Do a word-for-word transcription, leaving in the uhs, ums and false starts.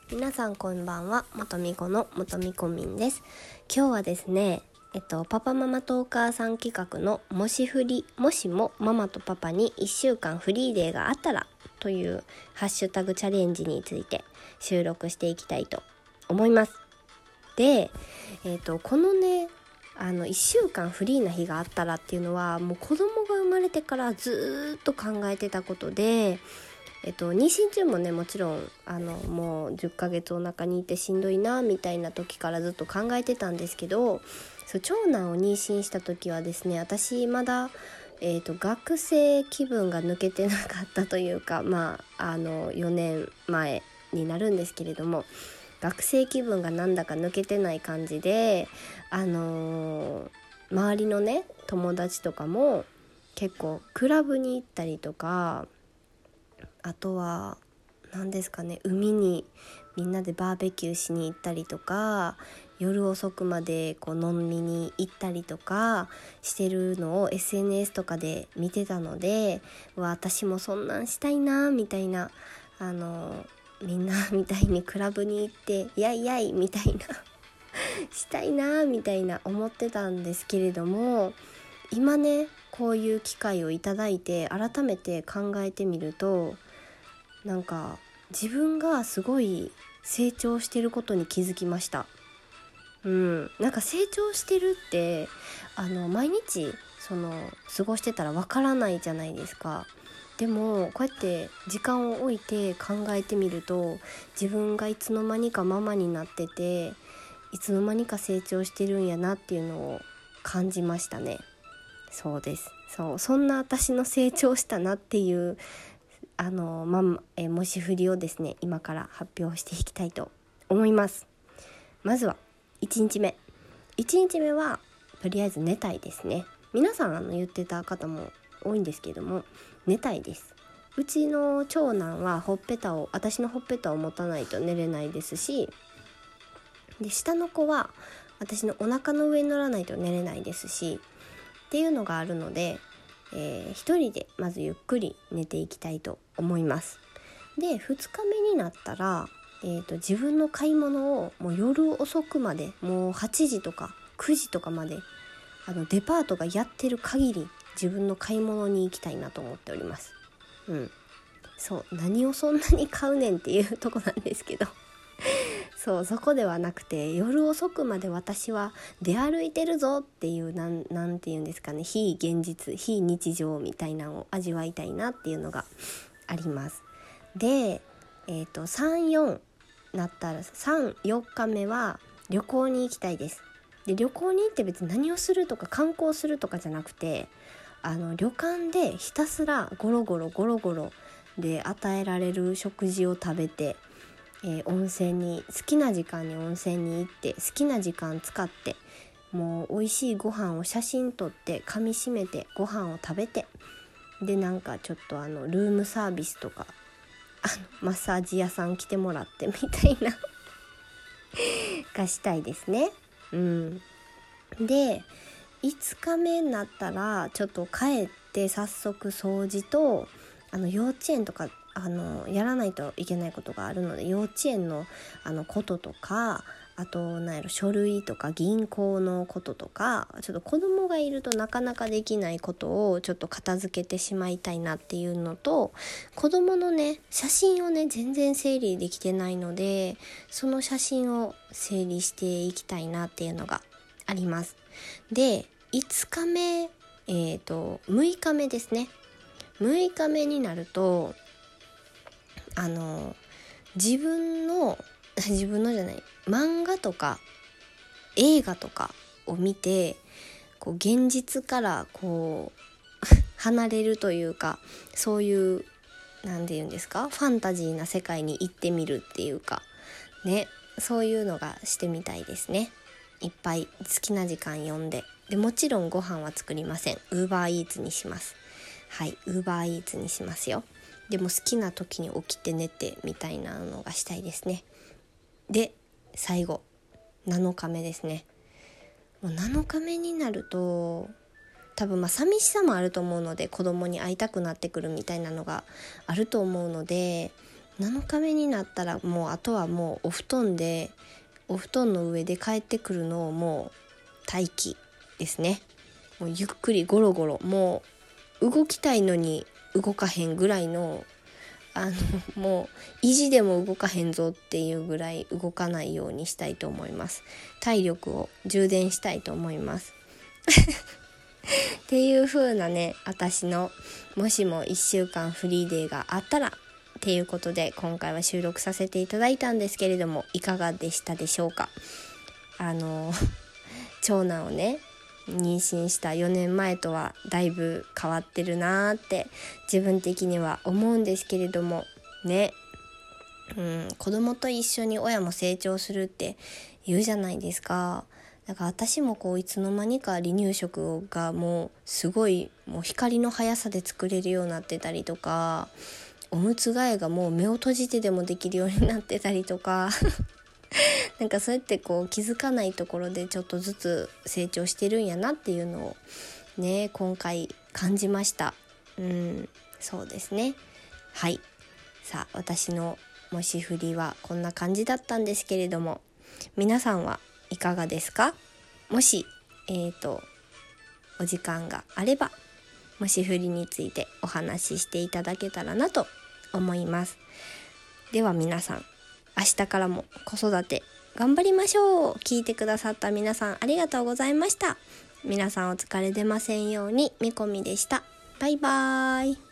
皆さんこんばんは。元みこの元みこみんです。今日はですねえっとパパママトーカーさん企画のもしフリもしもママとパパにいっしゅうかんフリーデーがあったらというハッシュタグチャレンジについて収録していきたいと思います。で、えっとこのねあのいっしゅうかんフリーな日があったらっていうのはもう子供が生まれてからずっと考えてたことで、えっと、妊娠中もねもちろんあのもうじゅっかげつお腹にいてしんどいなみたいな時からずっと考えてたんですけど、そう長男を妊娠した時はですね私まだ、えーと、学生気分が抜けてなかったというか、まあ、あのよねんまえになるんですけれども、学生気分がなんだか抜けてない感じで、あのー、周りのね友達とかも結構クラブに行ったりとか、あとは何ですかね海にみんなでバーベキューしに行ったりとか、夜遅くまでこう飲みに行ったりとかしてるのを エスエヌエス とかで見てたので、私もそんなんしたいなみたいな、あのみんなみたいにクラブに行ってやいやいみたいなしたいなみたいな思ってたんですけれども、今ねこういう機会をいただいて改めて考えてみると、なんか自分がすごい成長してることに気づきました。うん、なんか成長してるってあの毎日その過ごしてたらわからないじゃないですか。でもこうやって時間を置いて考えてみると、自分がいつの間にかママになってていつの間にか成長してるんやなっていうのを感じましたね。そうです。そうそんな私の成長したなっていうあのまんえもし振りをですね今から発表していきたいと思います。まずはいちにちめいちにちめはとりあえず寝たいですね。皆さんあの言ってた方も多いんですけども、寝たいです。うちの長男はほっぺたを私のほっぺたを持たないと寝れないですし、で下の子は私のお腹の上に乗らないと寝れないですしっていうのがあるので、えー、一人でまずゆっくり寝ていきたいと思います。でふつかめになったら、えーと、自分の買い物をもう夜遅くまでもうはちじとかくじとかまであのデパートがやってる限り自分の買い物に行きたいなと思っております。うん、そう何をそんなに買うねんっていうとこなんですけどそうそこではなくて、夜遅くまで私は出歩いてるぞっていうなん、なんていうんですかね、非現実非日常みたいなのを味わいたいなっていうのがあります。で、えーと、さん、よんなったらさん、よっかめは旅行に行きたいです。で旅行に行って別に何をするとか観光するとかじゃなくて、あの旅館でひたすらゴロゴロゴロゴロで与えられる食事を食べて、えー、温泉に好きな時間に温泉に行って好きな時間使ってもう美味しいご飯を写真撮って噛みしめてご飯を食べて、でなんかちょっとあのルームサービスとかあのマッサージ屋さん来てもらってみたいながしたいですね。うん、でいつかめになったらちょっと帰って早速掃除とあの幼稚園とかあのやらないといけないことがあるので、幼稚園のあのこととか、あとなんやろ書類とか銀行のこととか、ちょっと子供がいるとなかなかできないことをちょっと片付けてしまいたいなっていうのと、子供のね写真をね全然整理できてないので、その写真を整理していきたいなっていうのがあります。でいつかめ、えーとむいかめですね。むいかめになるとあの自分の自分のじゃない漫画とか映画とかを見てこう現実からこう離れるというか、そういうなんて言うんですか、ファンタジーな世界に行ってみるっていうかね、そういうのがしてみたいですね。いっぱい好きな時間読んで、でもちろんご飯は作りません。ウーバーイーツにします。はい、ウーバーイーツにしますよ。でも好きな時に起きて寝てみたいなのがしたいですね。で最後なのかめですね。もうなのかめになると多分まあ寂しさもあると思うので、子供に会いたくなってくるみたいなのがあると思うので、 なのかめになったらもうあとはもうお布団でお布団の上で帰ってくるのをもう待機ですね。もうゆっくりゴロゴロ、もう動きたいのに動かへんぐらいのあのもう意地でも動かへんぞっていうぐらい動かないようにしたいと思います。体力を充電したいと思いますっていう風なね、私のもしもいっしゅうかんフリーデーがあったらっていうことで今回は収録させていただいたんですけれども、いかがでしたでしょうか。あの長男をね妊娠したよねんまえとはだいぶ変わってるなーって自分的には思うんですけれどもね、うん、子供と一緒に親も成長するって言うじゃないですか。だから私もこういつの間にか離乳食がもうすごいもう光の速さで作れるようになってたりとか、おむつ替えがもう目を閉じてでもできるようになってたりとかなんかそうやってこう気づかないところでちょっとずつ成長してるんやなっていうのをね今回感じました。うん、そうですね。はい。さあ私のもし振りはこんな感じだったんですけれども、皆さんはいかがですか？もしえーとお時間があればもし振りについてお話ししていただけたらなと思います。では皆さん、明日からも子育て頑張りましょう。聞いてくださった皆さんありがとうございました。皆さんお疲れ出ませんように。みこみでした。バイバーイ。